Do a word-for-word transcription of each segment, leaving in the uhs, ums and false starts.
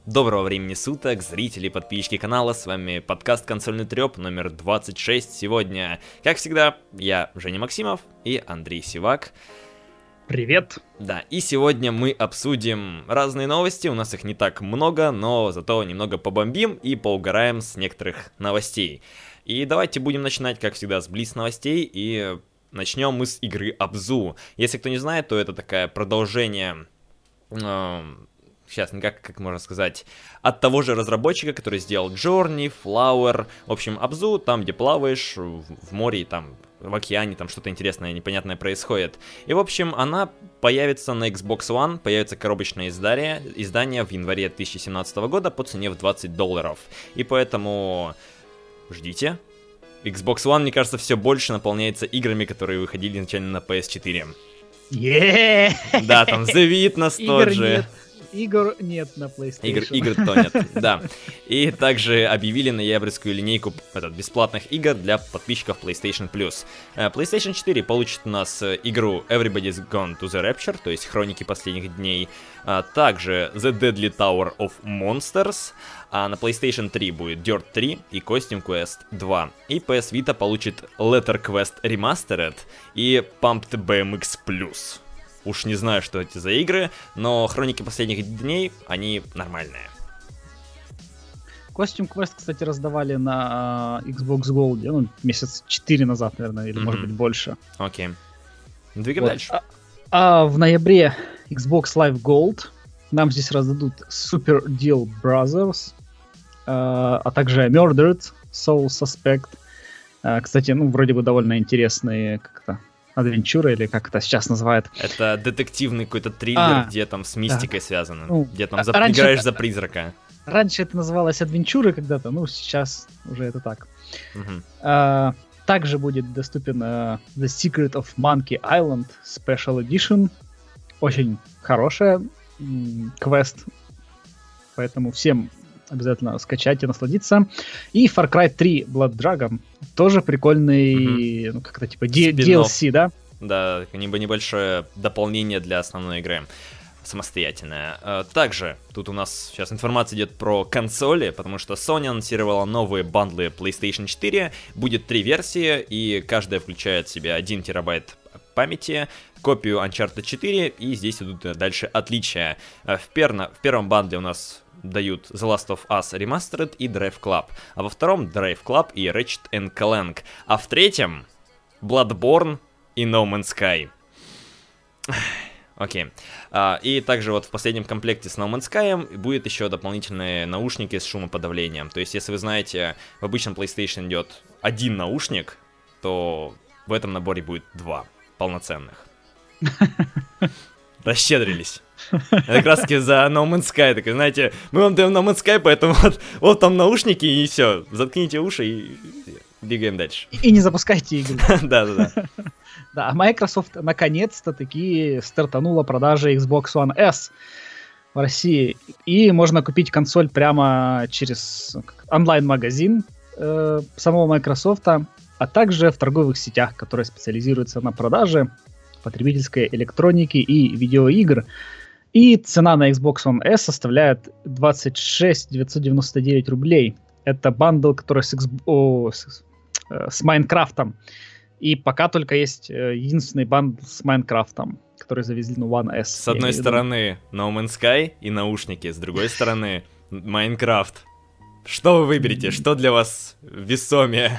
Доброго времени суток, зрители и подписчики канала, с вами подкаст «Консольный трёп» номер двадцать шесть. Сегодня, как всегда, я, Женя Максимов и Андрей Сивак. Привет! Да, и сегодня мы обсудим разные новости, у нас их не так много, но зато немного побомбим и поугараем с некоторых новостей. И давайте будем начинать, как всегда, с блиц новостей, и начнем мы с игры Абзу. Если кто не знает, то это такое продолжение... Э Сейчас, как, как можно сказать, от того же разработчика, который сделал Journey, Flower, в общем, Абзу, там, где плаваешь в, в море, там, в океане, там что-то интересное, непонятное происходит. И, в общем, она появится на Xbox One, появится коробочное издание, издание в январе две тысячи семнадцатого года по цене в двадцать долларов. И поэтому ждите. Xbox One, мне кажется, все больше наполняется играми, которые выходили изначально на пи эс четыре. Yeah! Да, там The Witness тот же. Нет. Игр нет на PlayStation. Игр, игр тонет, да. И также объявили ноябрьскую линейку этот, бесплатных игр для подписчиков PlayStation Plus. PlayStation четыре получит у нас игру Everybody's Gone to the Rapture, то есть Хроники последних дней. Также The Deadly Tower of Monsters. А на PlayStation три будет Dirt три и Costume Quest два. И пи эс Vita получит Letter Quest Remastered и Pumped би эм икс Plus. Уж не знаю, что это за игры, но Хроники последних дней, они нормальные. Costume Quest, кстати, раздавали на uh, Xbox Gold, ну, месяц четыре назад, наверное, или, mm-hmm. может быть, больше. Окей. Двигаем вот. дальше. А, а в ноябре Xbox Live Gold нам здесь раздадут Super Deal Brothers, uh, а также Murdered Soul Suspect. Uh, кстати, ну, вроде бы довольно интересные как-то адвенчура, или как это сейчас называют. Это детективный какой-то триллер, а, где там с мистикой да. связано. Ну, где там за... играешь за призрака. Раньше это называлось адвенчуры когда-то, ну сейчас уже это так. Uh-huh. А, также будет доступен uh, The Secret of Monkey Island Special Edition. Очень хорошая м- квест. Поэтому всем обязательно скачать и насладиться. И Far Cry три Blood Dragon. Тоже прикольный, mm-hmm. ну как-то типа ди- ди эл си, да? Да, небольшое дополнение для основной игры. Самостоятельное. Также тут у нас сейчас информация идет про консоли, потому что Sony анонсировала новые бандлы PlayStation четыре. Будет три версии, и каждая включает в себя один терабайт памяти, копию Uncharted четыре, и здесь идут дальше отличия. В, перно, в первом бандле у нас дают The Last of Us Remastered и Drive Club, а во втором Drive Club и Ratchet энд Clank, а в третьем Bloodborne и No Man's Sky. Окей. Okay. Uh, и также вот в последнем комплекте с No Man's Sky будет еще дополнительные наушники с шумоподавлением. То есть, если вы знаете, в обычном PlayStation идет один наушник, то в этом наборе будет два полноценных. Расщедрились. Это как раз таки за No Man's Sky. Так, знаете, мы вам даем No Man's Sky, поэтому вот, вот там наушники, и все. Заткните уши и двигаем дальше. И не запускайте игры. Да-да-да. Да, а Microsoft наконец-то таки стартанула продажа Xbox One S в России. И можно купить консоль прямо через онлайн-магазин э, самого Microsoft, а также в торговых сетях, которые специализируются на продаже потребительской электроники и видеоигр. И цена на Xbox One S составляет двадцать шесть тысяч девятьсот девяносто девять рублей. Это бандл, который с, Xbox, о, с, с Майнкрафтом. И пока только есть единственный бандл с Майнкрафтом, который завезли на One S. С одной стороны No Man's Sky и наушники, с другой стороны Майнкрафт. Что вы выберете? Что для вас весомее?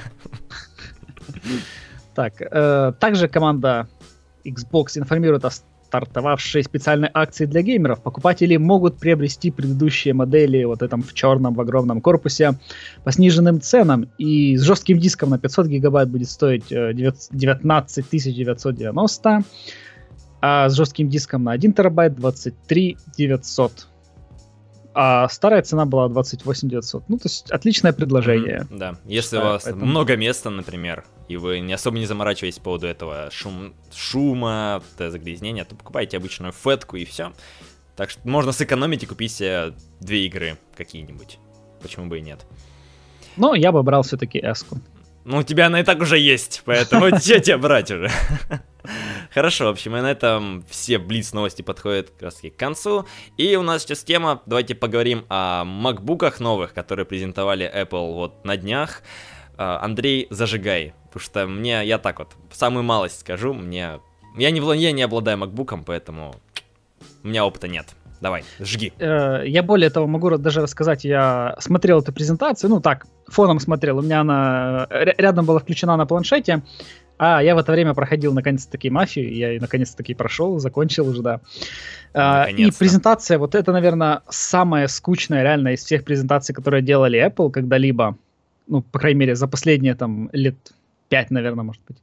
Так, э, также команда Xbox информирует о стартовавшей специальной акции для геймеров. Покупатели могут приобрести предыдущие модели вот этом в черном, в огромном корпусе по сниженным ценам. И с жестким диском на пятьсот гигабайт будет стоить девятнадцать тысяч девятьсот девяносто, а с жестким диском на один терабайт двадцать три тысячи девятьсот. А старая цена была двадцать восемь тысяч девятьсот. Ну, то есть отличное предложение. Mm-hmm, да, если считаю, у вас поэтому... много места, например, и вы не особо не заморачиваетесь по поводу этого шум... шума, загрязнения, то покупайте обычную фетку и все. Так что можно сэкономить и купить себе две игры какие-нибудь. Почему бы и нет. Но я бы брал все-таки S-ку. Ну, у тебя она и так уже есть, поэтому что тебе брать уже? Хорошо, в общем, и на этом все Блиц новости подходят как раз таки к концу. И у нас сейчас тема, давайте поговорим о макбуках новых, которые презентовали Apple вот на днях. Андрей, зажигай, потому что мне, я так вот, самую малость скажу, мне, я не, я не обладаю макбуком, поэтому у меня опыта нет. Давай, жги. Я более того могу даже рассказать, я смотрел эту презентацию, ну так, фоном смотрел, у меня она рядом была включена на планшете, а я в это время проходил наконец-таки мафию, я ее наконец-таки прошел, закончил уже, да. И презентация, вот это, наверное, самая скучная реально из всех презентаций, которые делали Apple когда-либо, ну, по крайней мере, за последние там лет пять, наверное, может быть.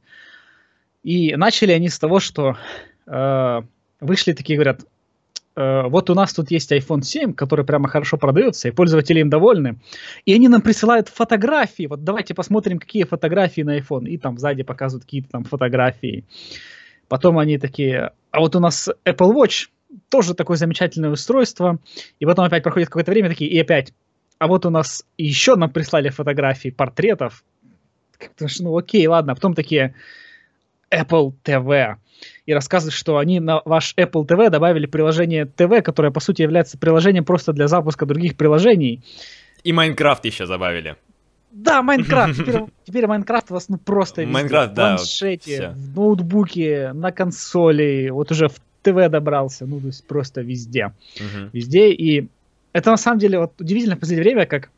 И начали они с того, что э, вышли такие, говорят, вот у нас тут есть айфон семь, который прямо хорошо продается, и пользователи им довольны. И они нам присылают фотографии. Вот давайте посмотрим, какие фотографии на iPhone. И там сзади показывают какие-то там фотографии. Потом они такие, а вот у нас Apple Watch, тоже такое замечательное устройство. И потом опять проходит какое-то время, такие, и опять, а вот у нас еще нам прислали фотографии портретов. Ну окей, ладно. А потом такие, Apple ти ви. И рассказывают, что они на ваш Apple ти ви добавили приложение ти ви, которое, по сути, является приложением просто для запуска других приложений. И Майнкрафт еще добавили. Да, Майнкрафт. Теперь, теперь Майнкрафт у вас ну просто везде. Майнкрафт, в да, планшете, вот в ноутбуке, на консоли. Вот уже в ти ви добрался. Ну, то есть просто везде. Угу. Везде. И это, на самом деле, вот удивительно в последнее время, как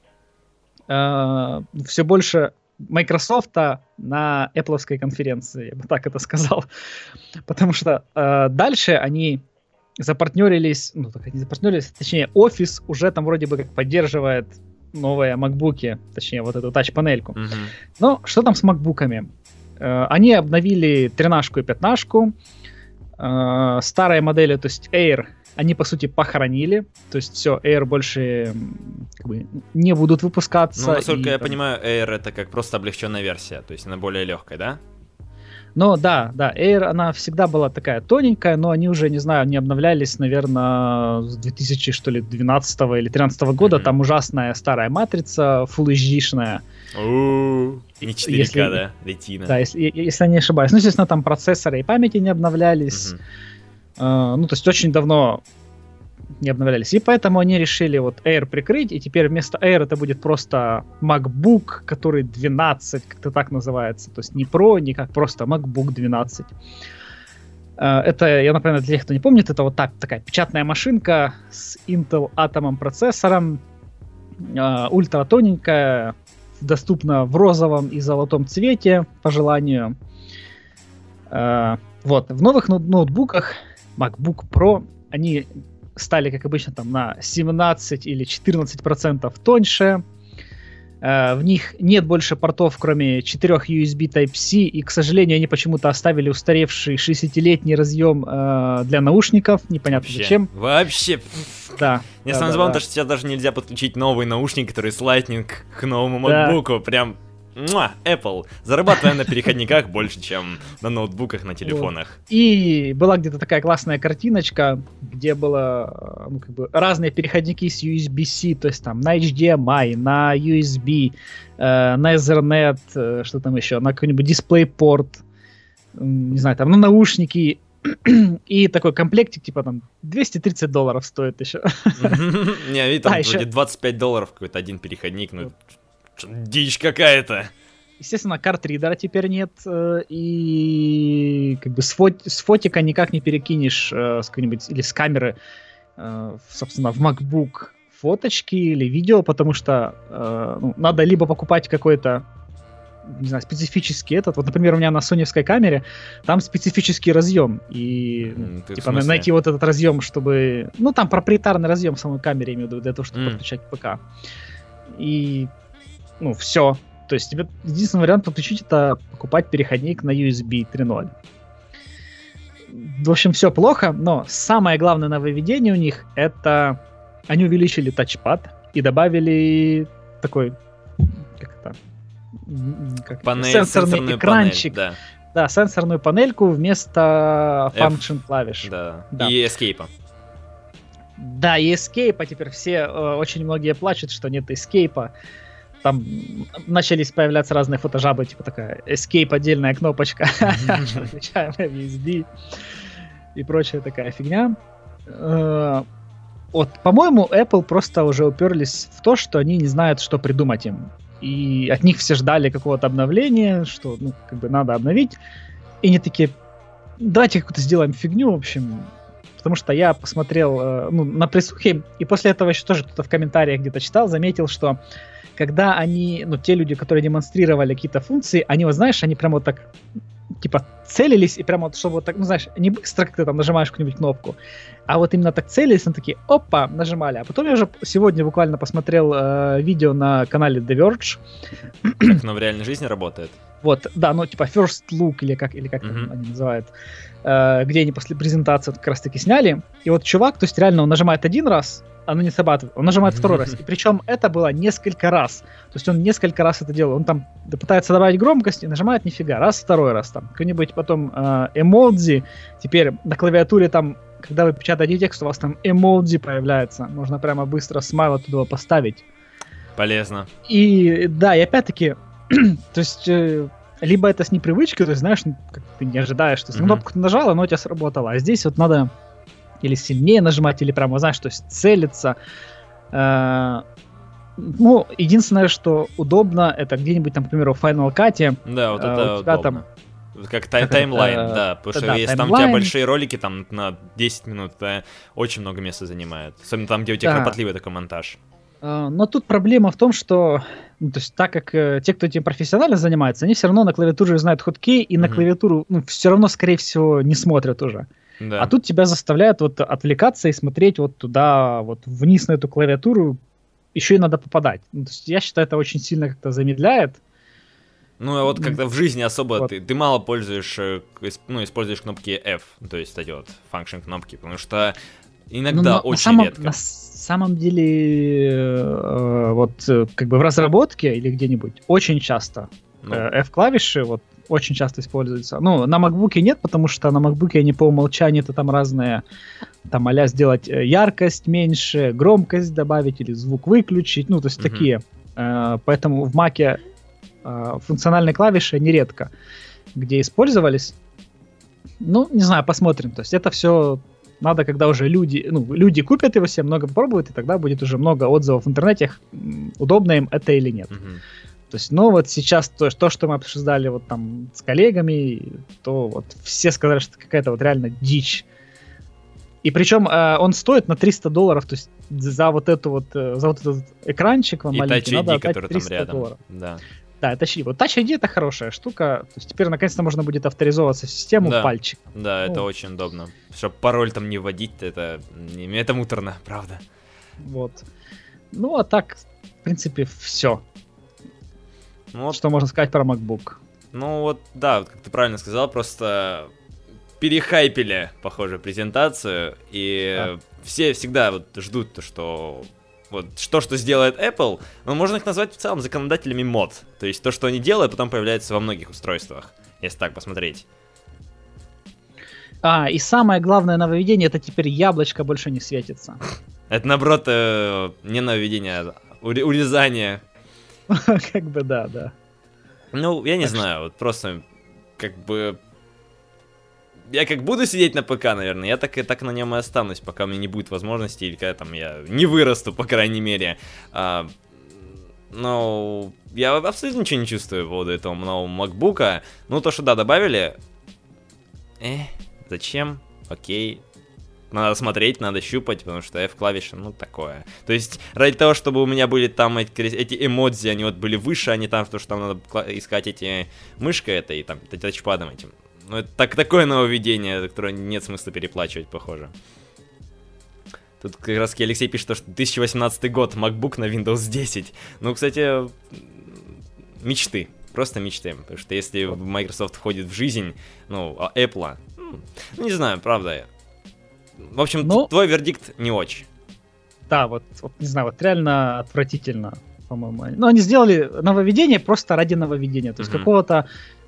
э, все больше Microsoft на Apple'овской конференции, я бы так это сказал. Потому что э, дальше они запартнерились, ну, так они запартнерились, точнее, Office уже там вроде бы как поддерживает новые MacBook'и, точнее, вот эту тач-панельку. Mm-hmm. Но что там с MacBook'ами? Э, они обновили тринашку и пятнашку, э, старые модели, то есть Air, они, по сути, похоронили. То есть все, Air больше как бы, не будут выпускаться. Ну, насколько и, я там... понимаю, Air это как просто облегченная версия. То есть она более легкая, да? Ну, да, да. Air, она всегда была такая тоненькая, но они уже, не знаю, не обновлялись, наверное, с две тысячи двенадцатого или две тысячи тринадцатого года. Mm-hmm. Там ужасная старая матрица, Full эйч ди-шная. У-у-у, не четыре ка, если, да? Ретина. Да, если, если я не ошибаюсь. Ну, естественно, там процессоры и памяти не обновлялись. Mm-hmm. Uh, ну, то есть очень давно не обновлялись. И поэтому они решили вот Air прикрыть, и теперь вместо Air это будет просто MacBook, который двенадцать, как-то так называется. То есть не Pro, не как просто MacBook двенадцать. Uh, это, я напоминаю, для тех, кто не помнит, это вот так, такая печатная машинка с Intel Atom процессором, uh, ультра тоненькая, доступна в розовом и золотом цвете, по желанию. Uh, вот, в новых ноут- ноутбуках MacBook Pro, они стали, как обычно, там на семнадцать или четырнадцать процентов тоньше. Э, в них нет больше портов, кроме четырех ю эс би Type-C, и, к сожалению, они почему-то оставили устаревший шестидесятилетний разъем э, для наушников. Непонятно вообще, зачем. Вообще. Да. Мне да, самое да, забавно, да. что сейчас даже нельзя подключить новый наушник, который с Lightning к новому MacBook'у. Да. Прям... Муа, Apple, зарабатываем на переходниках больше, чем на ноутбуках, на телефонах. Вот. И была где-то такая классная картиночка, где было ну, как бы разные переходники с ю эс би-C, то есть там на эйч ди эм ай, на ю эс би, э, на Ethernet, э, что там еще, на какой-нибудь DisplayPort, э, не знаю, там на наушники. И такой комплектик, типа там двести тридцать долларов стоит еще. Не, видишь, там вроде двадцать пять долларов какой-то один переходник, ну... Дичь какая-то. Естественно, картридера теперь нет, и как бы с, фот- с фотика никак не перекинешь с какой-нибудь или с камеры, собственно, в MacBook фоточки или видео, потому что ну, надо либо покупать какой-то, не знаю, специфический этот. Вот, например, у меня на соневской камере там специфический разъем, и mm, типа найти вот этот разъем, чтобы, ну там проприетарный разъем в самой камере, имею в виду, для того, чтобы mm. подключать к ПК. И ну, все. То есть тебе единственный вариант подключить это покупать переходник на ю эс би три ноль. В общем, все плохо, но самое главное нововведение у них это они увеличили тачпад и добавили такой как это, как панель, сенсорный экранчик. Панель, да. да, сенсорную панельку вместо function клавиш. Да. да. И escape. Да, и escape, а теперь все, э, очень многие плачут, что нет escape. там начались появляться разные фотожабы, типа такая Escape, отдельная кнопочка, включаемая в ю эс би и прочая такая фигня. Вот, по-моему, Apple просто уже уперлись в то, что они не знают, что придумать им. И от них все ждали какого-то обновления, что, ну, как бы надо обновить. И они такие, давайте какую-то сделаем фигню, в общем. Потому что я посмотрел, э, ну, на пресухе, и после этого еще тоже кто-то в комментариях где-то читал, заметил, что когда они, ну, те люди, которые демонстрировали какие-то функции, они, вот знаешь, они прямо вот так, типа, целились, и прямо вот, чтобы вот так, ну, знаешь, не быстро, как ты там нажимаешь какую-нибудь кнопку, а вот именно так целились, они такие, опа, нажимали. А потом я уже сегодня буквально посмотрел э, видео на канале The Verge. Как оно в реальной жизни работает? Вот, да, ну, типа, first look, или как, или как mm-hmm. они называют, э, где они после презентации как раз-таки сняли. И вот чувак, то есть реально он нажимает один раз, оно не срабатывает, он нажимает второй раз. И причем это было несколько раз. То есть он несколько раз это делал. Он там пытается добавить громкость и нажимает нифига. Раз, второй раз там. Какой-нибудь потом э, эмодзи. Теперь на клавиатуре там, когда вы печатаете текст, у вас там эмодзи появляется. Можно прямо быстро смайл оттуда поставить. Полезно. И да, и опять-таки, то есть... Э, либо это с непривычки, то есть, знаешь, ну, как ты не ожидаешь. То есть, mm-hmm. кнопку ты нажал, оно у тебя сработало. А здесь вот надо или сильнее нажимать, или прямо, знаешь, то есть целиться. Э-э- ну, единственное, что удобно, это где-нибудь там, к примеру, в Final Cut. Да, вот э- это у тебя удобно. Там... Как тай- таймлайн, э- да. Потому что да, если таймлайн. там у тебя большие ролики, там на десять минут, это очень много места занимает. Особенно там, где у тебя да. кропотливый такой монтаж. Но тут проблема в том, что, ну, то есть, так как э, те, кто этим профессионально занимается, они все равно на клавиатуре знают ходки, и mm-hmm. на клавиатуру, ну, все равно, скорее всего, не смотрят уже. Да. А тут тебя заставляют вот отвлекаться и смотреть вот туда, вот вниз на эту клавиатуру, еще и надо попадать. Ну, то есть, я считаю, это очень сильно как-то замедляет. Ну, а вот как-то в жизни особо вот. ты, ты мало пользуешь, ну, используешь кнопки F, то есть эти вот function кнопки, потому что иногда ну, очень на самом, редко. На самом деле, э, вот как бы в разработке или где-нибудь очень часто ну. э, F-клавиши вот очень часто используются. Ну, на MacBook нет, потому что на MacBook они по умолчанию это там разные, там а-ля сделать яркость меньше, громкость добавить или звук выключить, ну, то есть uh-huh. такие. Э, поэтому в Mac'е э, функциональные клавиши нередко где использовались. Ну, не знаю, посмотрим. То есть это все... Надо, когда уже люди, ну, люди купят его себе, много попробуют, и тогда будет уже много отзывов в интернете, удобно им это или нет. Uh-huh. То есть, ну, вот сейчас то, то, что мы обсуждали вот там с коллегами, то вот все сказали, что это какая-то вот реально дичь. И причем э, он стоит на триста долларов, то есть за вот эту вот, за вот этот экранчик вам маленький надо отдать триста долларов. Да. Да, это Touch ай ди. Вот Touch ай ди это хорошая штука. То есть теперь наконец-то можно будет авторизовываться в систему да. пальчик. Да, ну, это очень удобно. Чтобы пароль там не вводить, это, это муторно, правда. Вот. Ну, а так, в принципе, все. Ну, вот, что можно сказать про MacBook. Ну вот, да, как ты правильно сказал, просто перехайпили, похоже, презентацию. И да. все всегда вот ждут, что... Вот что, что сделает Apple, но можно их назвать в целом законодателями мод. То есть то, что они делают, потом появляется во многих устройствах, если так посмотреть. А, и самое главное нововведение, это теперь яблочко больше не светится. Это, наоборот, не нововведение, а урезание. Как бы да, да. Ну, я не знаю, вот просто как бы... Я как буду сидеть на ПК, наверное, я так и так на нем и останусь, пока у меня не будет возможности, или когда там я не вырасту, по крайней мере. А, но я абсолютно ничего не чувствую по поводу этого нового MacBook'а. Ну, то, что да, добавили... Э, зачем? Окей. Надо смотреть, надо щупать, потому что F-клавиши, ну, такое. То есть, ради того, чтобы у меня были там эти, эти эмодзи, они вот были выше, а не там, потому что там надо искать эти мышкой этой, там, тачпадом этим. Ну, это так, такое нововведение, которое нет смысла переплачивать, похоже. Тут как раз Алексей пишет, что две тысячи восемнадцатый год, MacBook на Windows десять. Ну, кстати, мечты. Просто мечты. Потому что если Microsoft входит в жизнь, ну, а Apple, ну, не знаю, правда. В общем, ну, твой вердикт не очень. Да, вот, вот, не знаю, вот реально отвратительно, по-моему. Но они сделали нововведение просто ради нововведения. То есть mm-hmm. какого-то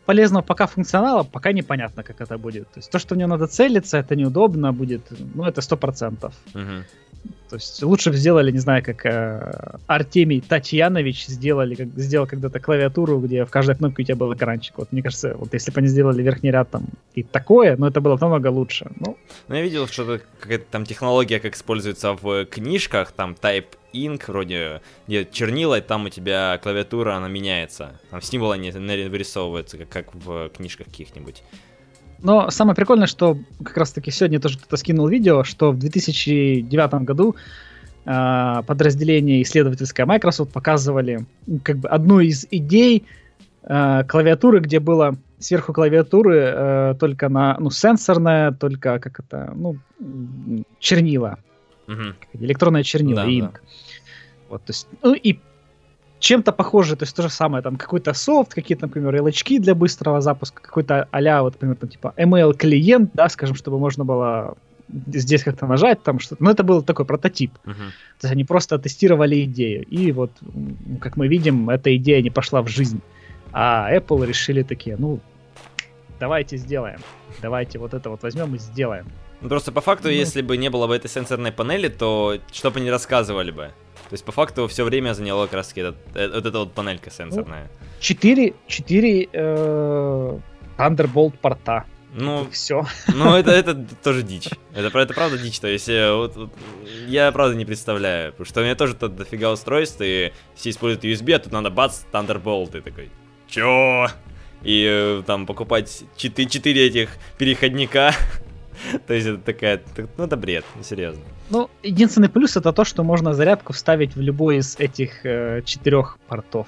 полезного пока функционала, пока непонятно, как это будет. То есть то, что в нее надо целиться, это неудобно будет, ну, это сто процентов. Угу. То есть лучше бы сделали, не знаю, как э, Артемий Татьянович сделали, как, сделал когда-то клавиатуру, где в каждой кнопке у тебя был экранчик. Вот мне кажется, вот если бы они сделали верхний ряд там и такое, ну это было бы намного лучше. Ну, ну я видел, что какая-то там технология, как используется в книжках, там Type Ink вроде, где чернила, и там у тебя клавиатура, она меняется. Там символы не, не вырисовываются, как, как в книжках каких-нибудь. Но самое прикольное, что как раз-таки сегодня тоже кто-то скинул видео, что в две тысячи девятом году э, подразделение исследовательское Microsoft показывали как бы одну из идей э, клавиатуры, где было сверху клавиатуры э, только на, ну, сенсорная, только как это, ну, чернила. Угу. Электронное чернила, да, инк. Да. Вот, то есть, ну и чем-то похоже, то есть то же самое, там какой-то софт, какие-то, например, эл эйч ки для быстрого запуска, какой-то а-ля, вот, например, там, типа эм эл клиент, да, скажем, чтобы можно было здесь как-то нажать, там что-то. Но это был такой прототип. Uh-huh. То есть они просто тестировали идею. И вот, как мы видим, эта идея не пошла в жизнь. А Apple решили такие, ну, давайте сделаем. Давайте вот это вот возьмем и сделаем. Ну, просто по факту, ну, если бы не было бы этой сенсорной панели, то что бы не рассказывали бы. То есть, по факту, все время заняло как раз таки этот, вот эта вот панелька сенсорная. Четыре, четыре э, Thunderbolt порта. Ну, все. Ну, это, это тоже дичь. Это, это правда дичь. То есть, вот, вот, я правда не представляю. Потому что у меня тоже тут дофига устройств, и все используют ю эс би, а тут надо бац, Thunderbolt. И такой, чё? И там покупать четыре этих переходника. То есть это такая, ну это бред, серьезно. Ну, единственный плюс это то, что можно зарядку вставить в любой из этих э, четырех портов.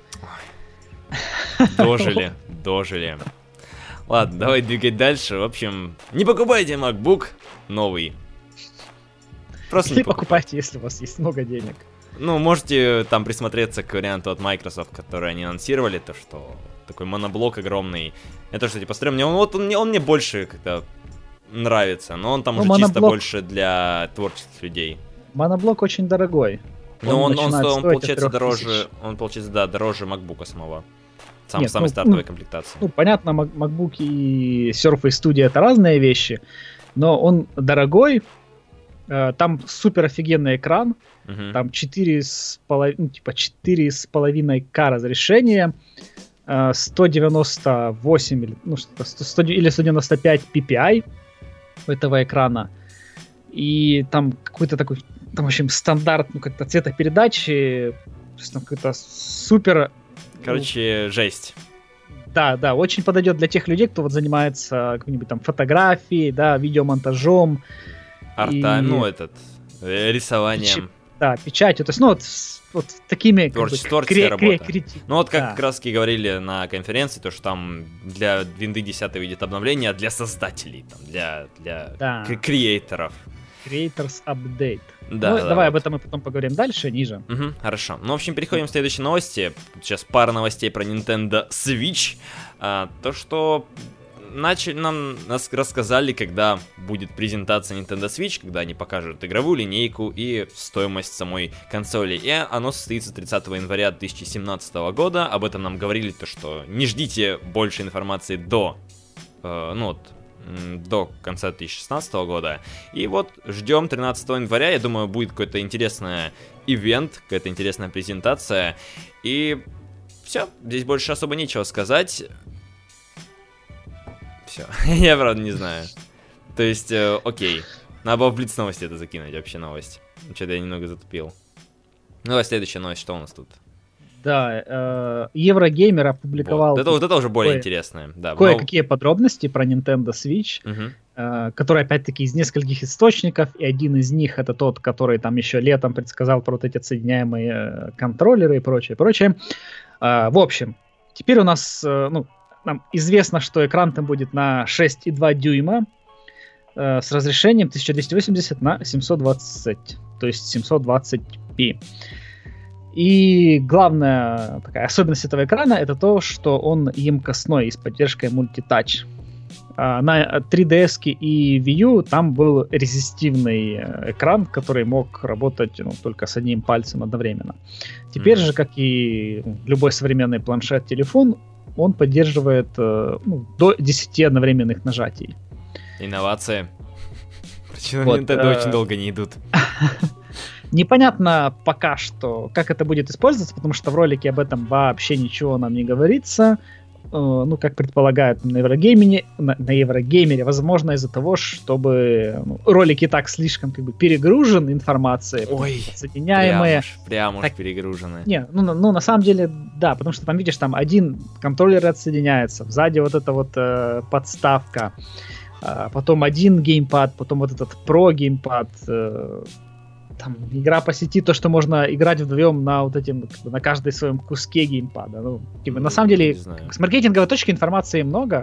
Ой. Дожили, дожили. Ладно, давай двигать дальше. В общем, не покупайте MacBook новый. Просто Или не покупайте. покупайте, если у вас есть много денег. Ну, можете там присмотреться к варианту от Microsoft, который они анонсировали, то что такой моноблок огромный. Я тоже, типа, смотрю, мне он, вот он, он мне больше как-то нравится, но он там ну, уже моноблок... чисто больше для творческих людей. Моноблок очень дорогой. Но он, он, он, он получается дороже, он получается, да, дороже MacBook самого. Сам, Нет, самой ну, стартовой ну, комплектации. Ну, понятно, MacBook и Surface Studio это разные вещи, но он дорогой, э, там супер офигенный экран, uh-huh. там четыре с половиной, ну, типа четыре с половиной ка разрешения, э, сто девяносто восемь или, ну, что-то, сто, или сто девяносто пять пи пи ай у этого экрана, и там какой-то такой, там, в общем, стандарт, ну, как-то цветопередачи, то есть там какой-то супер... Короче, ну, жесть. Да, да, очень подойдет для тех людей, кто вот занимается какой-нибудь там фотографией, да, видеомонтажом. Арта, и... ну, этот, рисованием. Печ... Да, печатью, то есть, ну, вот, вот такими... Творчество, как бы, кре- работа. Кре- ну, вот как да. как раз-таки говорили на конференции, то, что там для Windows десять выйдет обновление, а для создателей, там, для, для да. креаторов. Creators Update. Да, ну, да, давай вот. об этом мы потом поговорим дальше, ниже. Угу, хорошо. Ну, в общем, переходим к следующей новости. Сейчас пара новостей про Nintendo Switch. А, то, что начали, нам нас рассказали, когда будет презентация Nintendo Switch, когда они покажут игровую линейку и стоимость самой консоли. И оно состоится тридцатого января две тысячи семнадцатого года. Об этом нам говорили, то, что не ждите больше информации до... Э, ну, вот, до конца две тысячи шестнадцатого года. И вот ждем тринадцатого января. Я думаю, будет какой-то интересный ивент, какая-то интересная презентация. И все, здесь больше особо нечего сказать. Все, я правда не знаю. То есть, э, окей. Надо было в Блиц новости это закинуть, вообще новость. Что-то я немного затупил. Ну, давай следующая новость, что у нас тут? Да, э, Еврогеймер опубликовал... Вот. Это, вот это уже более кое, интересное. Да, кое-какие но... подробности про Nintendo Switch, угу. э, которые, опять-таки, из нескольких источников, и один из них это тот, который там еще летом предсказал про вот эти отсоединяемые э, контроллеры и прочее, прочее. Э, в общем, теперь у нас, э, ну, нам известно, что экран там будет на шесть и два дюйма э, с разрешением тысяча двести восемьдесят на семьсот двадцать, то есть семьсот двадцать пи. И главная такая особенность этого экрана это то, что он емкостной и с поддержкой мультитач. А на три ди эс и Wii U там был резистивный экран, который мог работать ну, только с одним пальцем одновременно. Теперь mm-hmm. же, как и любой современный планшет-телефон, он поддерживает э, ну, до десяти одновременных нажатий. Инновация. Почему Вот, Nintendo э, очень долго не идут? Непонятно пока что, как это будет использоваться, потому что в ролике об этом вообще ничего нам не говорится. Э, ну, как предполагают на Еврогеймере, на, на Еврогеймере, возможно, из-за того, чтобы ну, ролик и так слишком как бы перегружен информацией, Ой, соединяемые. Прям уж, прям уж Так- перегружены. Не, ну, на- ну на самом деле, да, потому что там, видишь, там один контроллер отсоединяется, сзади вот эта вот э, подставка, а потом один геймпад, потом вот этот про геймпад, э, там игра по сети, то, что можно играть вдвоем на вот этим, как бы, на каждой своем куске геймпада. Ну, как бы, Ну, на самом деле, не знаю. с маркетинговой точки информации много,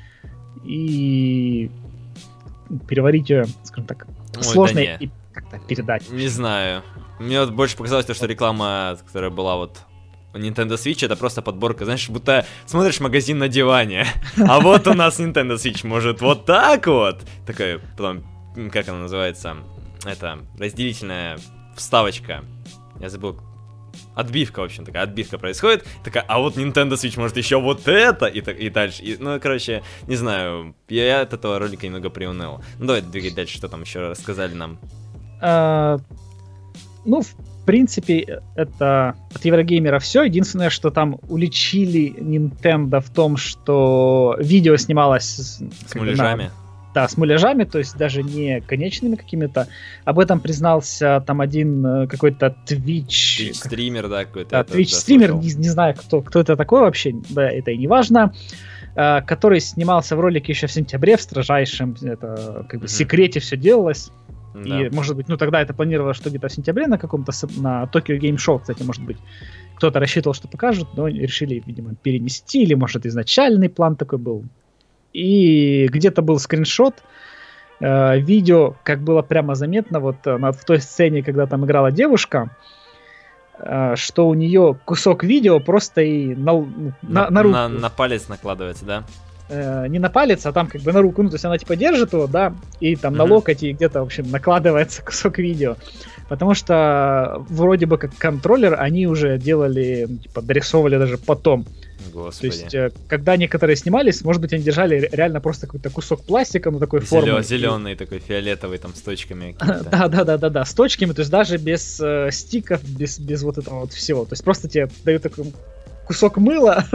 и переварить ее, скажем так, Ой, сложно да не. и как-то передать. Не знаю. Мне вот больше показалось то, что реклама, которая была вот у Nintendo Switch, это просто подборка, знаешь, будто смотришь магазин на диване, а вот у нас Nintendo Switch может вот так вот. Такая, потом, м, как она называется, это, разделительная вставочка. Я забыл. Отбивка, в общем, такая отбивка происходит. Такая, а вот Nintendo Switch может еще вот это, и, так- и дальше. И, ну, короче, не знаю, я, я от этого ролика немного приуныл. Ну, давай двигать дальше, что там еще рассказали нам. А, ну, в принципе, это от Еврогеймера все. Единственное, что там уличили Nintendo в том, что видео снималось с, С как бы, муляжами. на- да, с муляжами, то есть даже не конечными какими-то. Об этом признался там один э, какой-то Twitch... Twitch-стример, да, какой-то. Да, это, да, Twitch-стример, слышал. не, не знаю, кто, кто это такой вообще, да, это и не важно, э, который снимался в ролике еще в сентябре в строжайшем это, как бы, Мгм. секрете все делалось. Да. И, может быть, ну тогда это планировалось, что где-то в сентябре на каком-то, с- на Tokyo Game Show, кстати, может быть, кто-то рассчитывал, что покажут, но решили, видимо, перенести, или, может, изначальный план такой был. И где-то был скриншот, э, видео, как было прямо заметно, вот э, на- в той сцене, когда там играла девушка, э, что у нее кусок видео просто и на, л- ну, на, на руку. на, на палец накладывается, да? Э, не на палец, а там как бы на руку, ну, то есть она типа держит его, да, и там на Мгм. локоть, и где-то, в общем, накладывается кусок видео. Потому что вроде бы как контроллер они уже делали, ну, типа, дорисовывали даже потом. То Господи. есть, э, когда некоторые снимались, может быть, они держали ре- реально просто какой-то кусок пластика, ну, такой формы. Зеленый такой, фиолетовый, там, с точками какими-то. Да, да, да, да, да, с точками, то есть даже без э, стиков, без, без вот этого вот всего. То есть просто тебе дают такой кусок мыла,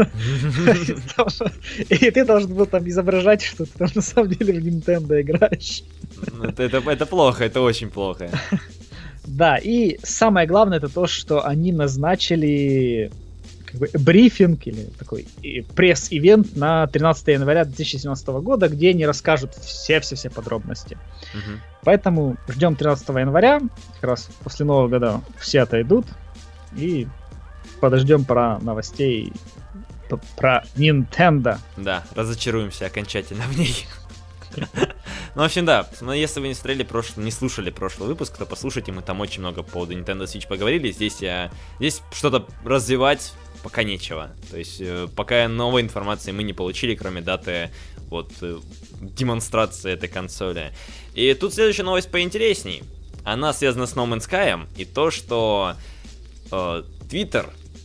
и ты должен был там изображать, что ты там на самом деле в Nintendo играешь. Ну, Это, это, это плохо, это очень плохо. Да, и самое главное это то, что они назначили как бы брифинг или такой и пресс-ивент на тринадцатое января две тысячи семнадцатого года, где они расскажут все-все-все подробности. Мгм. Поэтому ждем тринадцатого января, как раз после Нового года все отойдут, и подождем про новостей п- про Nintendo. Да, разочаруемся окончательно в ней. Ну, в общем, да, но если вы не смотрели прошлый, не слушали прошлый выпуск, то послушайте, мы там очень много по поводу Nintendo Switch поговорили. Здесь я, здесь что-то развивать пока нечего. То есть, э, пока новой информации мы не получили, кроме даты вот э, демонстрации этой консоли. И тут следующая новость поинтересней. Она связана с No Man's Sky, и то, что э, Twitter,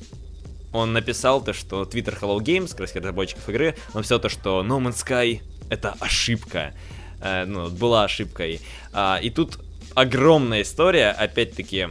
он написал то, что Twitter Hello Games, как раз разработчиков игры, он написал то, что No Man's Sky это ошибка. Э, ну, была ошибкой. А, и тут огромная история, опять-таки,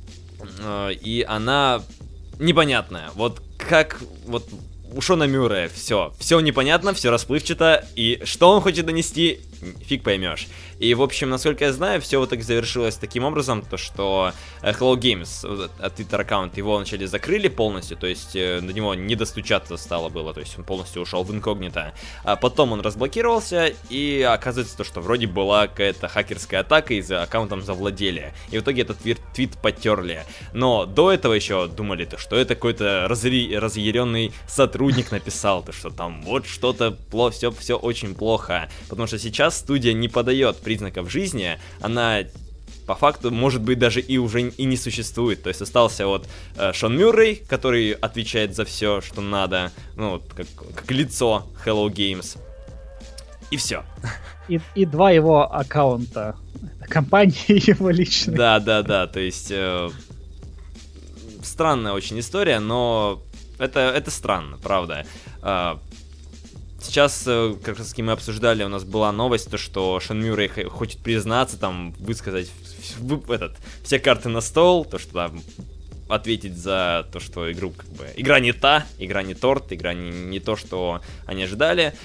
э, и она непонятная. Вот как вот у Шона Мюррея все, все непонятно, все расплывчато, и что он хочет донести, фиг поймешь. И, в общем, насколько я знаю, все вот так завершилось таким образом, то что э, Hello Games, вот, от Twitter аккаунт, его вначале закрыли полностью, то есть э, до него не достучаться стало было, то есть он полностью ушел в инкогнито. А потом он разблокировался, и оказывается то, что вроде была какая-то хакерская атака, и за аккаунтом завладели. И в итоге этот твит, твит потерли. Но до этого еще думали, то, что это какой-то разъя- разъяренный сотрудник написал, то, что там вот что-то плохо, все, все очень плохо. Потому что сейчас студия не подает признаков жизни, она по факту, может быть, даже и уже и не существует. То есть остался вот э, Шон Мюррей, который отвечает за все, что надо, ну, вот, как, как лицо Hello Games. И все. И, и два его аккаунта. Компании его личные. Да, да, да, то есть э, странная очень история, но это, это странно, правда. А, сейчас, как раз мы обсуждали, у нас была новость, то, что Шон Мюррей хочет признаться, там, высказать в, этот, все карты на стол, то, что там ответить за то, что игру, как бы, игра не та, игра не торт, игра не, не то, что они ожидали,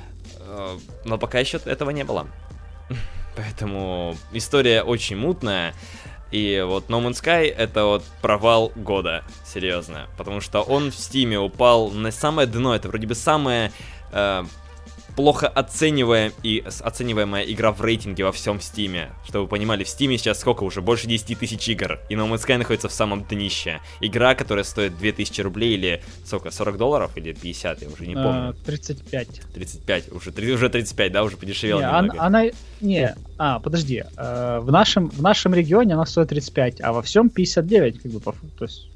но пока еще этого не было. Поэтому история очень мутная. И вот No Man's Sky это вот провал года, серьезно. Потому что он в Steam упал на самое дно. Это вроде бы самая э, плохо оцениваемая, и, оцениваемая игра в рейтинге во всем Steam. Чтобы вы понимали, в Steam сейчас сколько уже? Больше десять тысяч игр. И No Man's Sky находится в самом днище. Игра, которая стоит две тысячи рублей или сколько? сорок долларов или пятьдесят? Я уже не помню. тридцать пять. тридцать пять. Уже, уже тридцать пять, да? Уже подешевело не, немного. Она, она... Не, а, подожди. Э, в, нашем, в нашем регионе она стоит тридцать пять, а во всем пятьдесят девять, как бы, по факту. То есть...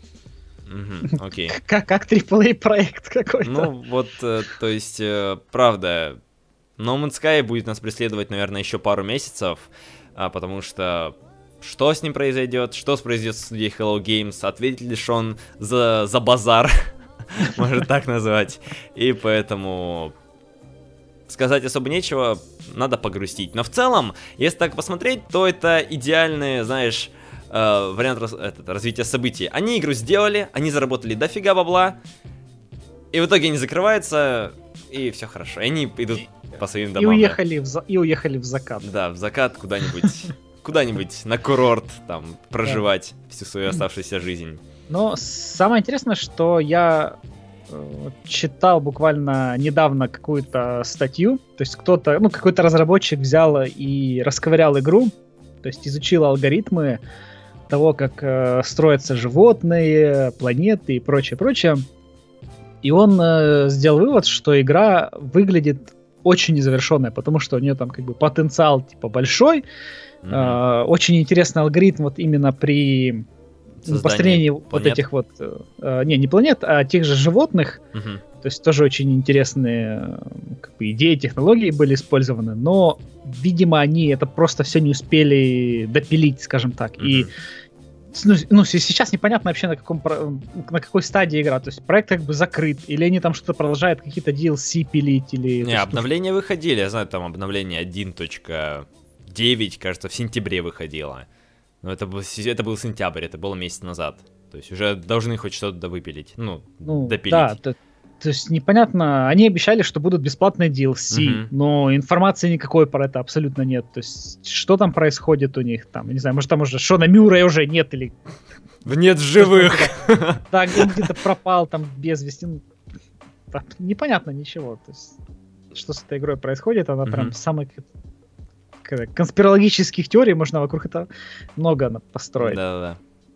Угу, окей. Как, как трипл эй проект какой-то. Ну, вот, э, то есть, э, правда, No Man's Sky будет нас преследовать, наверное, еще пару месяцев, а, потому что что с ним произойдет, что произойдет с студией Hello Games, ответит ли Шон за, за базар, можно так назвать, и поэтому сказать особо нечего, надо погрустить. Но в целом, если так посмотреть, то это идеальный, знаешь... Uh, вариант раз, этот, развития событий. Они игру сделали, они заработали дофига бабла, и в итоге они закрываются, и все хорошо. И они идут и, по своим домам. И уехали, да. в, за, и уехали в закат. Да, в закат куда-нибудь, куда-нибудь на курорт, там, проживать всю свою оставшуюся жизнь. Но самое интересное, что я читал буквально недавно какую-то статью, то есть кто-то, ну, какой-то разработчик взял и расковырял игру, то есть изучил алгоритмы того, как э, строятся животные, планеты и прочее, прочее. И он э, сделал вывод, что игра выглядит очень незавершенная, потому что у нее там как бы потенциал типа большой, mm-hmm. э, очень интересный алгоритм вот именно при ну, построении планет. Вот этих вот, э, не, не планет, а тех же животных. Mm-hmm. То есть тоже очень интересные как бы, идеи, технологии были использованы, но, видимо, они это просто все не успели допилить, скажем так. Mm-hmm. И ну, ну, сейчас непонятно вообще, на, каком, на какой стадии игра. То есть проект как бы закрыт, или они там что-то продолжают, какие-то ди эл си пилить, или... Не, обновления выходили, я знаю, там обновление один точка девять, кажется, в сентябре выходило. Но это был, это был сентябрь, это было месяц назад. То есть уже должны хоть что-то выпилить, ну, ну допилить. Да, то, то есть непонятно, они обещали, что будут бесплатные ди эл си, uh-huh. но информации никакой про это абсолютно нет. То есть что там происходит у них, там, не знаю, может там уже Шона Мюррея уже нет, или... Нет живых! Да, где-то пропал там без вести. Непонятно ничего. То есть что с этой игрой происходит, она прям самая... конспирологических теорий можно вокруг этого много построить. Да-да-да.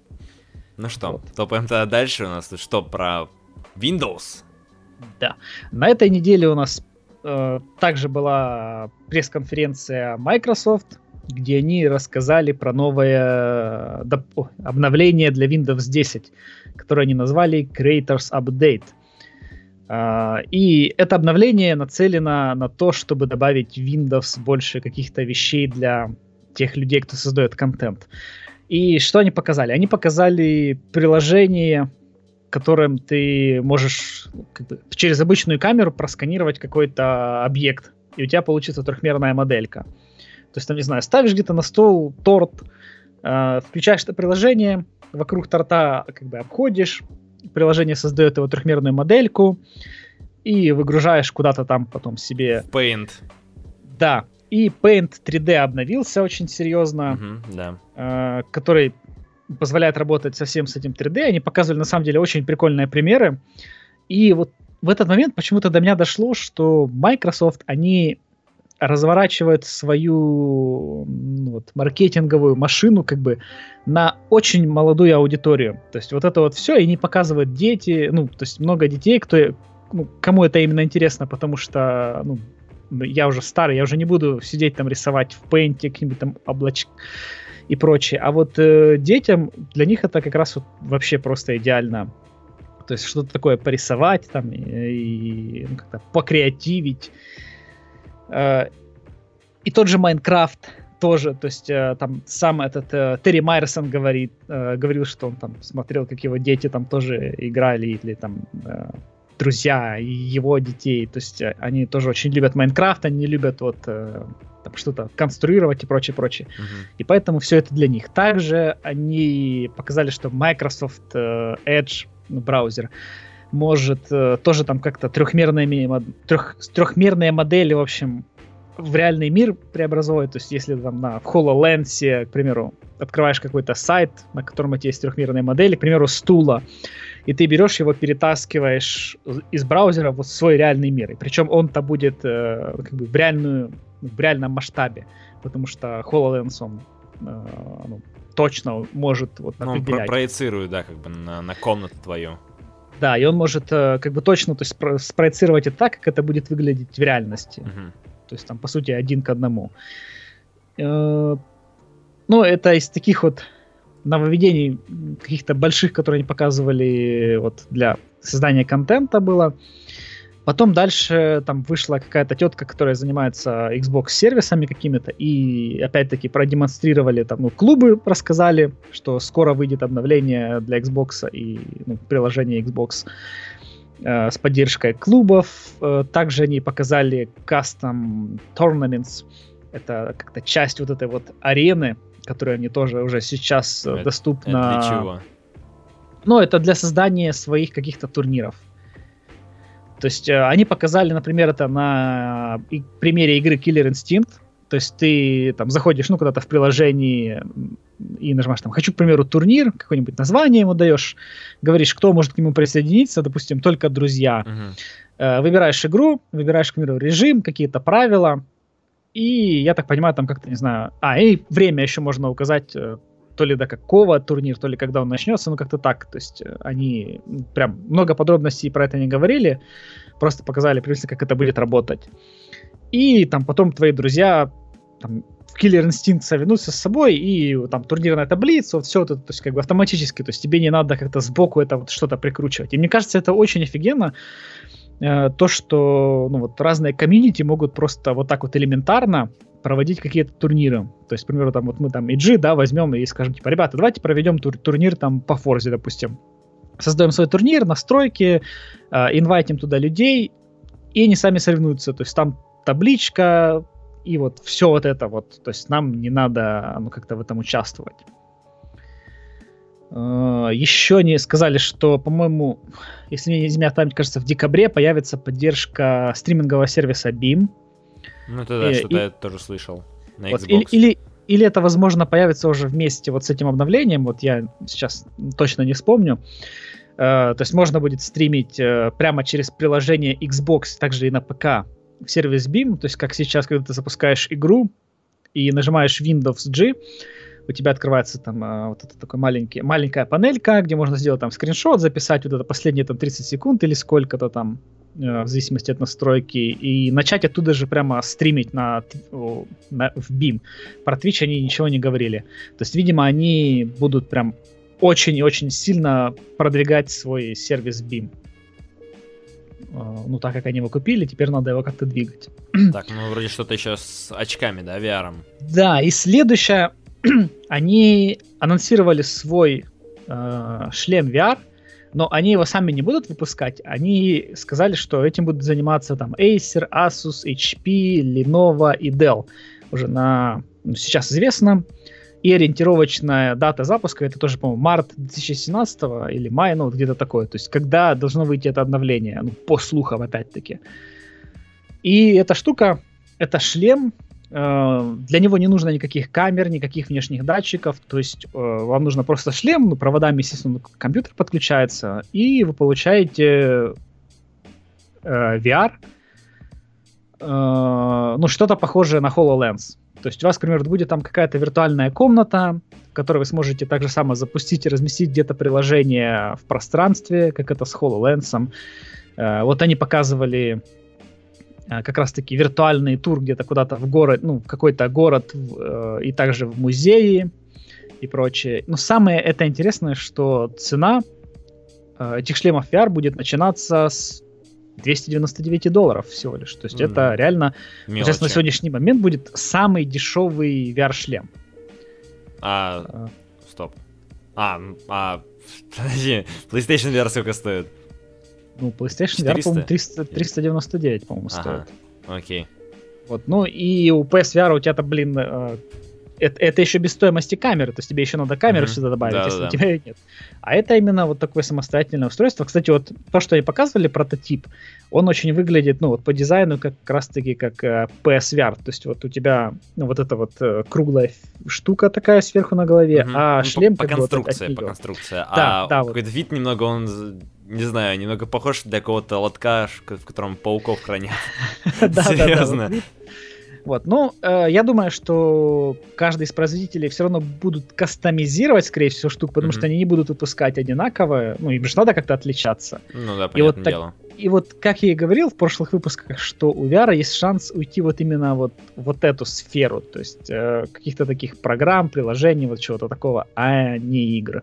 Ну что, вот. Топаем-то дальше. У нас тут что про Windows? Да. На этой неделе у нас э, также была пресс-конференция Microsoft, где они рассказали про новое доп- обновление для Windows десять, которое они назвали Creators Update. Uh, и это обновление нацелено на то, чтобы добавить в Windows больше каких-то вещей для тех людей, кто создает контент. И что они показали? Они показали приложение, которым ты можешь как бы, через обычную камеру просканировать какой-то объект, и у тебя получится трехмерная моделька. То есть, там, не знаю, ставишь где-то на стол торт, uh, включаешь это приложение, вокруг торта как бы обходишь, приложение создает его трехмерную модельку и выгружаешь куда-то там потом себе... Paint. Да. И Paint три дэ обновился очень серьезно, uh-huh, да. э, который позволяет работать совсем с этим три дэ. Они показывали, на самом деле, очень прикольные примеры. И вот в этот момент почему-то до меня дошло, что Microsoft, они разворачивают свою ну, вот, маркетинговую машину как бы на очень молодую аудиторию. То есть вот это вот все, и они показывают дети, ну, то есть много детей, кто, ну, кому это именно интересно, потому что, ну, я уже старый, я уже не буду сидеть там рисовать в Paint какие-нибудь там облачки и прочее. А вот э, детям, для них это как раз вот вообще просто идеально. То есть что-то такое порисовать там и, и ну, как-то покреативить. И тот же Майнкрафт тоже, то есть э, там сам этот э, Терри Майерсон говорит, э, говорил, что он там смотрел, как его дети там тоже играли, или там э, друзья его детей, то есть э, они тоже очень любят Майнкрафт, они любят вот э, там, что-то конструировать и прочее, прочее. Uh-huh. И поэтому все это для них. Также они показали, что Microsoft э, Edge, ну, браузер, может э, тоже там как-то трехмерные, трех, трехмерные модели, в общем, в реальный мир преобразовывать. То есть если там на, в HoloLens, к примеру, открываешь какой-то сайт, на котором у тебя есть трехмерные модели, к примеру, стула, и ты берешь его, перетаскиваешь из браузера в свой реальный мир. И причем он-то будет э, как бы в, реальную, в реальном масштабе, потому что HoloLens он э, ну, точно может вот, ну, определять. Он про- проецирует, да, как бы на, на комнату твою. Да, и он может э, как бы точно, то есть про- спроецировать это так, как это будет выглядеть в реальности. Uh-huh. То есть там, по сути, один к одному. Э, ну, это из таких вот нововведений каких-то больших, которые они показывали вот для создания контента было. Потом дальше там вышла какая-то тетка, которая занимается Xbox сервисами какими-то, и опять-таки продемонстрировали там, ну, клубы рассказали, что скоро выйдет обновление для Xbox и ну, приложение Xbox э, с поддержкой клубов. Э, также они показали Custom Tournaments. Это как-то часть вот этой вот арены, которая они тоже уже сейчас это, доступна. Это для чего? Ну, это для создания своих каких-то турниров. То есть э, они показали, например, это на и, примере игры Killer Instinct. То есть ты там заходишь, ну, куда-то в приложении и нажимаешь там «Хочу, к примеру, турнир», какое-нибудь название ему даешь, говоришь, кто может к нему присоединиться, допустим, только друзья. Uh-huh. Э, выбираешь игру, выбираешь, к примеру, режим, какие-то правила, и, я так понимаю, там как-то, не знаю... А, и время еще можно указать, э, то ли до какого турнир, то ли когда он начнется, ну как-то так. То есть они прям много подробностей про это не говорили, просто показали, примерно, как это будет работать. И там потом твои друзья там, в Killer Instinct соведутся с собой, и там турнирная таблица, вот все это, то есть как бы автоматически, то есть тебе не надо как-то сбоку это вот что-то прикручивать. И мне кажется, это очень офигенно, э, то, что ну, вот, разные комьюнити могут просто вот так вот элементарно проводить какие-то турниры. То есть, к примеру, там вот мы там и джи, да, возьмем и скажем, типа, ребята, давайте проведем тур- турнир там по Форзе, допустим. Создаем свой турнир, настройки, э, инвайтим туда людей, и они сами соревнуются. То есть там табличка и вот все вот это вот. То есть нам не надо ну, как-то в этом участвовать. Э, еще они сказали, что, по-моему, если мне не изменяет память, кажется, в декабре появится поддержка стримингового сервиса Beam. Ну, это да, и, что-то и, я тоже слышал на вот, Xbox. Или, или, или это, возможно, появится уже вместе вот с этим обновлением, вот я сейчас точно не вспомню. Uh, то есть можно будет стримить uh, прямо через приложение Xbox, также и на ПК в сервис Beam. То есть как сейчас, когда ты запускаешь игру и нажимаешь Windows G, у тебя открывается там uh, вот это такой маленький, маленькая панелька, где можно сделать там скриншот, записать вот это последние там тридцать секунд или сколько-то там, в зависимости от настройки, и начать оттуда же прямо стримить на, на, в Beam. Про Twitch они ничего не говорили. То есть, видимо, они будут прям очень и очень сильно продвигать свой сервис Beam. Ну, так как они его купили, теперь надо его как-то двигать. Так, ну, вроде что-то еще с очками, да, ви ар? Да, и следующее, они анонсировали свой э, шлем ви ар, но они его сами не будут выпускать. Они сказали, что этим будут заниматься там Acer, Asus, эйч пи, Lenovo и Dell. Уже на ну, сейчас известно. И ориентировочная дата запуска, это тоже, по-моему, март две тысячи семнадцатого или май, ну, вот где-то такое. То есть, когда должно выйти это обновление, ну, по слухам, опять-таки. И эта штука, это шлем, э, для него не нужно никаких камер, никаких внешних датчиков, то есть, э, вам нужно просто шлем, ну, проводами, естественно, компьютер подключается, и вы получаете э, ви ар, э, ну, что-то похожее на HoloLens. То есть у вас, к примеру, будет там какая-то виртуальная комната, в которой вы сможете так же само запустить и разместить где-то приложение в пространстве, как это с HoloLens. Э, вот они показывали э, как раз-таки виртуальный тур где-то куда-то в город, ну, в какой-то город э, и также в музее и прочее. Но самое это интересное, что цена э, этих шлемов ви ар будет начинаться с двести девяносто девять долларов всего лишь. То есть mm-hmm. это реально, сейчас на сегодняшний момент будет самый дешевый ви ар-шлем. А, а. Стоп. А, а, подожди, PlayStation ви ар сколько стоит? Ну, PlayStation ви ар, по-моему, триста, триста девяносто девять, по-моему, ага. стоит. Окей. Вот, ну и у пи эс ви ар у тебя-то, блин, э, это, это еще без стоимости камеры, то есть тебе еще надо камеру mm-hmm. сюда добавить, да, если да. у тебя ее нет. А это именно вот такое самостоятельное устройство. Кстати, вот то, что они показывали, прототип, он очень выглядит, ну вот по дизайну как раз-таки как э, пи эс ви ар, то есть вот у тебя ну, вот эта вот э, круглая штука такая сверху на голове, mm-hmm. а ну, шлем по, как по конструкции, вот по конструкции. Да, а да, какой-то вот. вид немного он... Не знаю, немного похож для какого-то лотка, в котором пауков хранят. Серьезно. Вот, ну, э, я думаю, что каждый из производителей все равно будут кастомизировать, скорее всего, штуку, потому mm-hmm. что они не будут выпускать одинаковое, ну, им же надо как-то отличаться. Ну да, понятное и вот дело. Так, и вот, как я и говорил в прошлых выпусках, что у ви ар есть шанс уйти вот именно вот, вот эту сферу, то есть э, каких-то таких программ, приложений, вот чего-то такого, а не игр.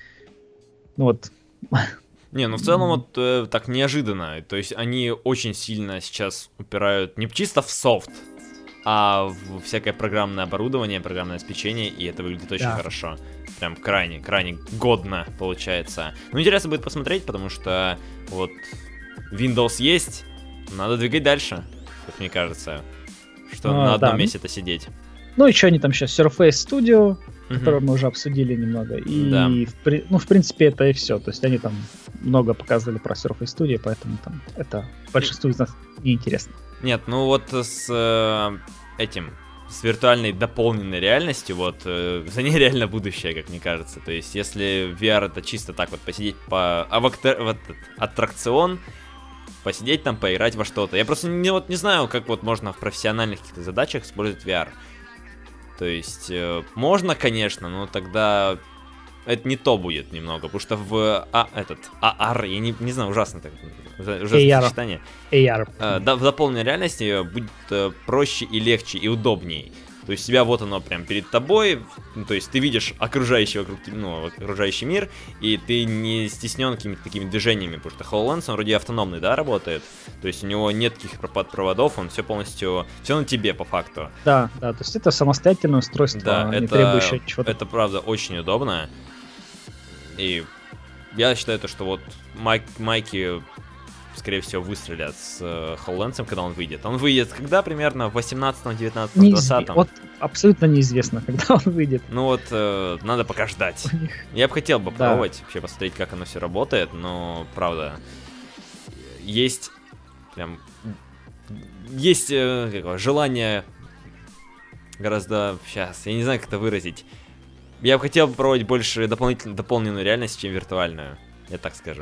Ну вот... Не, ну в целом вот э, так неожиданно, то есть они очень сильно сейчас упирают не чисто в софт, а в всякое программное оборудование, программное обеспечение, и это выглядит очень да. хорошо. Прям крайне, крайне годно получается. Ну интересно будет посмотреть, потому что вот Windows есть, надо двигать дальше, как мне кажется, что а, на одном да. месте-то сидеть. Ну и что они там сейчас, Surface Studio, который мы уже обсудили немного. И, да. в, ну, в принципе, это и все. То есть они там много показывали про Surface Studio, поэтому там это большинству из нас неинтересно. Нет, ну вот с э, этим, с виртуальной дополненной реальностью, вот, э, за ней реально будущее, как мне кажется. То есть если ви ар это чисто так вот посидеть по... А в, актор... в этот аттракцион, посидеть там, поиграть во что-то. Я просто не, вот, не знаю, как вот можно в профессиональных каких-то задачах использовать ви ар. То есть, э, можно, конечно, но тогда это не то будет немного, потому что в а, этот эй ар, я не, не знаю, ужасно так, ужасное сочетание. эй ар. Э, да, в дополненной реальности будет э, проще и легче, и удобней. То есть, тебя вот оно прям перед тобой, ну, то есть, ты видишь окружающий, вокруг, ну, окружающий мир, и ты не стеснен какими-то такими движениями, потому что HoloLens, он вроде автономный, да, работает, то есть, у него нет каких-то проводов, он все полностью, все на тебе, по факту. Да, да, то есть, это самостоятельное устройство, да, не это, требующее чего-то. Это, правда, очень удобно, и я считаю, то, что вот майк, майки... скорее всего, выстрелят с э, HoloLens, когда он выйдет. Он выйдет когда примерно? В восемнадцатом, девятнадцатом, двадцатом? Вот абсолютно неизвестно, когда он выйдет. Ну вот, э, надо пока ждать. Я бы хотел бы попробовать, да. вообще посмотреть, как оно все работает, но, правда, есть прям... Есть э, какое, желание гораздо... Сейчас, я не знаю, как это выразить. Я бы хотел попробовать больше дополнительно, дополненную реальность, чем виртуальную. Я так скажу.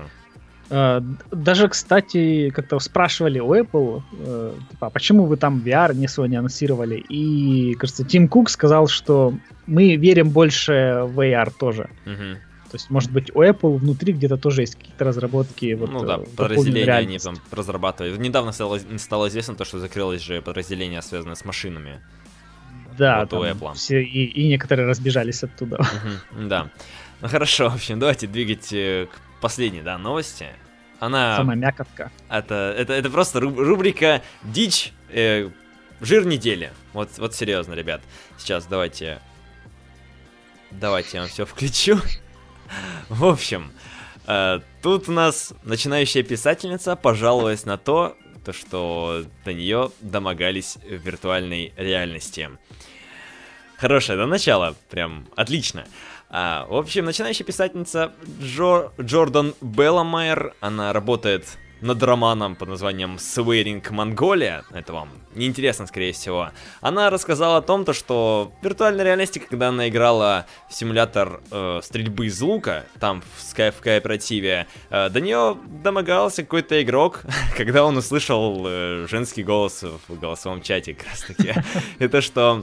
Даже, кстати, как-то спрашивали у Apple, э, типа, почему вы там ви ар не Sony анонсировали, и, кажется, Тим Кук сказал, что мы верим больше в эй ар тоже. Угу. То есть, может быть, у Apple внутри где-то тоже есть какие-то разработки. Вот, ну да, подразделения они там разрабатывают. Недавно стало, стало известно то, что закрылось же подразделение, связанное с машинами. Да, вот там у Apple. Все, и, и некоторые разбежались оттуда. Угу, да. Ну хорошо, в общем, давайте двигать к последней, да, новости. Она... Самая мякотка. Это, это, это просто рубрика «Дичь, э, жир недели». Вот, вот серьезно, ребят. Сейчас давайте... Давайте я вам все включу. В общем, э, тут у нас начинающая писательница пожаловалась на то, то, что до нее домогались в виртуальной реальности. Хорошее, до начала, прям отлично. А, в общем, начинающая писательница Джо, Джордан Белламайер, она работает над романом под названием Swearing Mongolia, это вам неинтересно, скорее всего. Она рассказала о том, то, что в виртуальной реальности, когда она играла в симулятор э, стрельбы из лука, там в, скай, в кооперативе, э, до нее домогался какой-то игрок, когда он услышал э, женский голос в голосовом чате, как раз таки. Это что...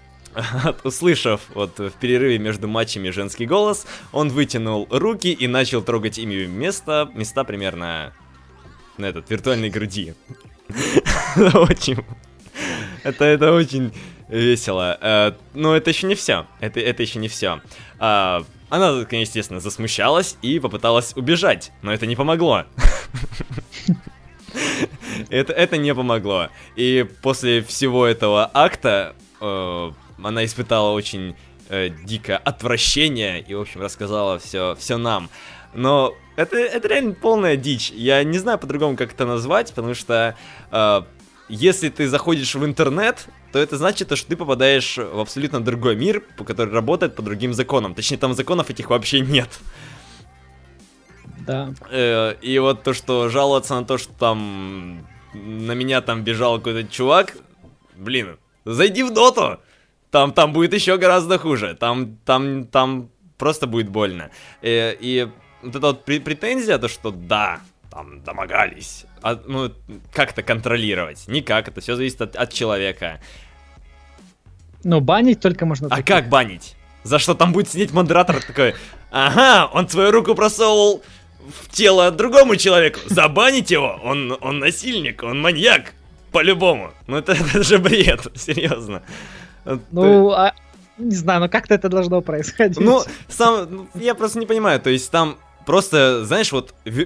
Услышав вот в перерыве между матчами женский голос, он вытянул руки и начал трогать ими места, места примерно на этот виртуальной груди. Очень... Это, это очень весело. Но это еще не все. Это, это еще не все. Она, конечно, естественно, засмущалась и попыталась убежать, но это не помогло. Это, это не помогло. И после всего этого акта э, она испытала очень э, дикое отвращение и, в общем, рассказала все, все нам. Но это, это реально полная дичь. Я не знаю по-другому, как это назвать, потому что э, если ты заходишь в интернет, то это значит, что ты попадаешь в абсолютно другой мир, который работает по другим законам. Точнее, там законов этих вообще нет. Да. Э, и вот то, что жаловаться на то, что там на меня там бежал какой-то чувак, блин, зайди в доту, там, там будет еще гораздо хуже, там, там, там просто будет больно. Э, и вот эта вот претензия, то, что да, там домогались, а, ну, как это контролировать? Никак, это все зависит от, от человека. Ну, банить только можно... А таких. как банить? За что там будет сидеть модератор такой, ага, он свою руку просовывал в тело другому человеку, забанить его, он, он насильник, он маньяк, по-любому. Ну это, это же бред, серьезно. Ну, а, не знаю, ну как-то это должно происходить. Ну, сам, ну, я просто не понимаю, то есть там просто, знаешь, вот, ви,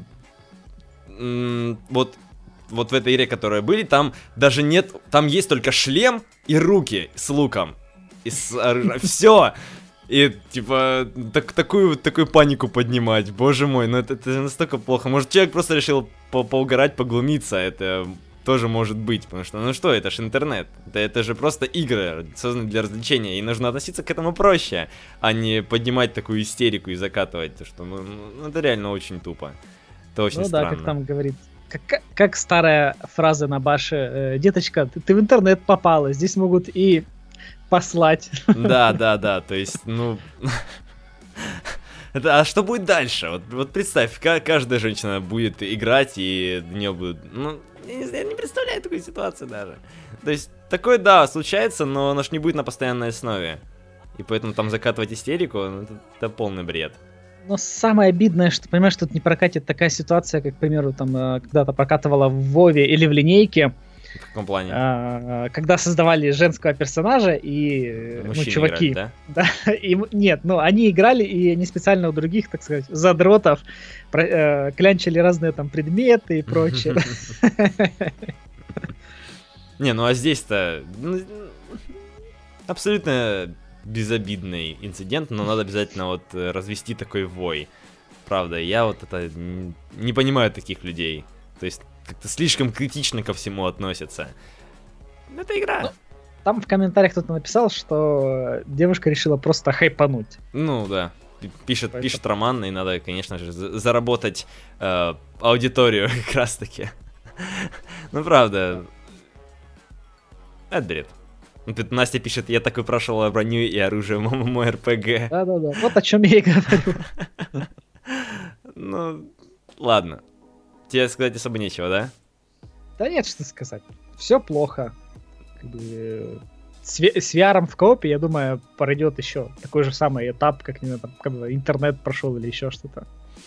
м, вот, вот в этой игре, которые были, там даже нет, там есть только шлем и руки с луком, и с оружием, все. И, типа, так, такую, такую панику поднимать, боже мой, ну это, это настолько плохо. Может, человек просто решил по поугарать, поглумиться, это тоже может быть, потому что, ну что, это же интернет, это, это же просто игры, созданы для развлечения, и нужно относиться к этому проще, а не поднимать такую истерику и закатывать, то что, ну, ну это реально очень тупо, это очень ну странно. Да, как там говорит, как, как старая фраза на баше, э, деточка, ты, ты в интернет попала, здесь могут и... послать. Да, да, да, то есть, ну... Это, а что будет дальше? Вот, вот представь, каждая женщина будет играть, и в нее будет... Ну, я не, я не представляю такую ситуацию даже. То есть, такое, да, случается, но оно ж не будет на постоянной основе. И поэтому там закатывать истерику, ну, это, это полный бред. Но самое обидное, что, понимаешь, тут не прокатит такая ситуация, как, к примеру, там, когда-то прокатывала в Вове или в линейке. В каком плане? А, когда создавали женского персонажа и ну, чуваки. Играли, да? Да, и, нет, ну они играли, и они специально у других, так сказать, задротов про, э, клянчили разные там предметы и прочее. Не, ну а здесь-то абсолютно безобидный инцидент, но надо обязательно вот развести такой вой. Правда, я вот это не понимаю таких людей. То есть как-то слишком критично ко всему относятся. Это игра. Ну, там в комментариях кто-то написал, что девушка решила просто хайпануть. Ну да. Пишет, Поэтому... пишет роман, и надо, конечно же, заработать э, аудиторию как раз таки. Ну правда. Это бред. Тут Настя пишет, я такой прошел броню и оружие мой эр пэ гэ. Да-да-да, вот о чем я и говорю. Ну, ладно. Тебе сказать особо нечего, да? Да нет, что сказать. Все плохо. Как бы, с, с ви ар в коопе, я думаю, пройдет еще такой же самый этап, как, не знаю, там, как бы интернет прошел или еще что-то.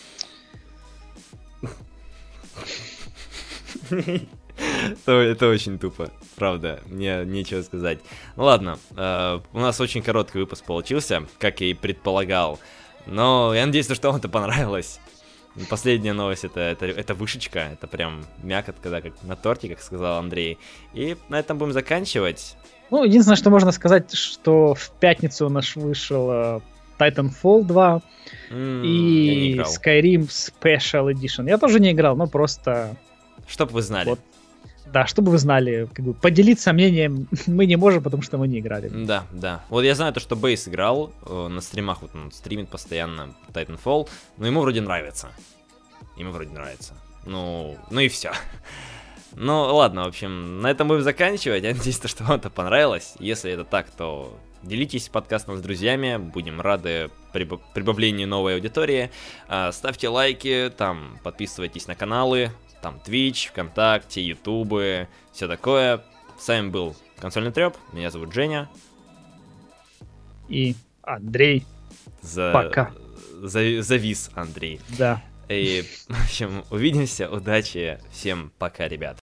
Это очень тупо, правда, мне нечего сказать. Ну ладно, у нас очень короткий выпуск получился, как я и предполагал. Но я надеюсь, что вам это понравилось. Последняя новость это, это, это вышечка, это прям мякотка, да, как на торте, как сказал Андрей. И на этом будем заканчивать. Ну, единственное, что можно сказать, что в пятницу у нас вышел uh, Titanfall два mm, и Skyrim Special Edition. Я тоже не играл, но просто... Чтоб вы знали. Вот. Да, чтобы вы знали, как бы поделиться мнением мы не можем, потому что мы не играли. Да, да. Вот я знаю то, что Бейс играл э, на стримах, вот он стримит постоянно Titanfall, но ему вроде нравится. Ему вроде нравится. Ну, ну и все. Ну ладно, в общем, на этом будем заканчивать. Я надеюсь, что вам это понравилось. Если это так, то делитесь подкастом с друзьями. Будем рады прибав- прибавлению новой аудитории. А, ставьте лайки, там подписывайтесь на каналы. Там Twitch, ВКонтакте, Ютубы, все такое. С вами был Консольный Трёп, меня зовут Женя. И Андрей. За... Пока. За... Завис Андрей. Да. И, в общем, увидимся, удачи, всем пока, ребят.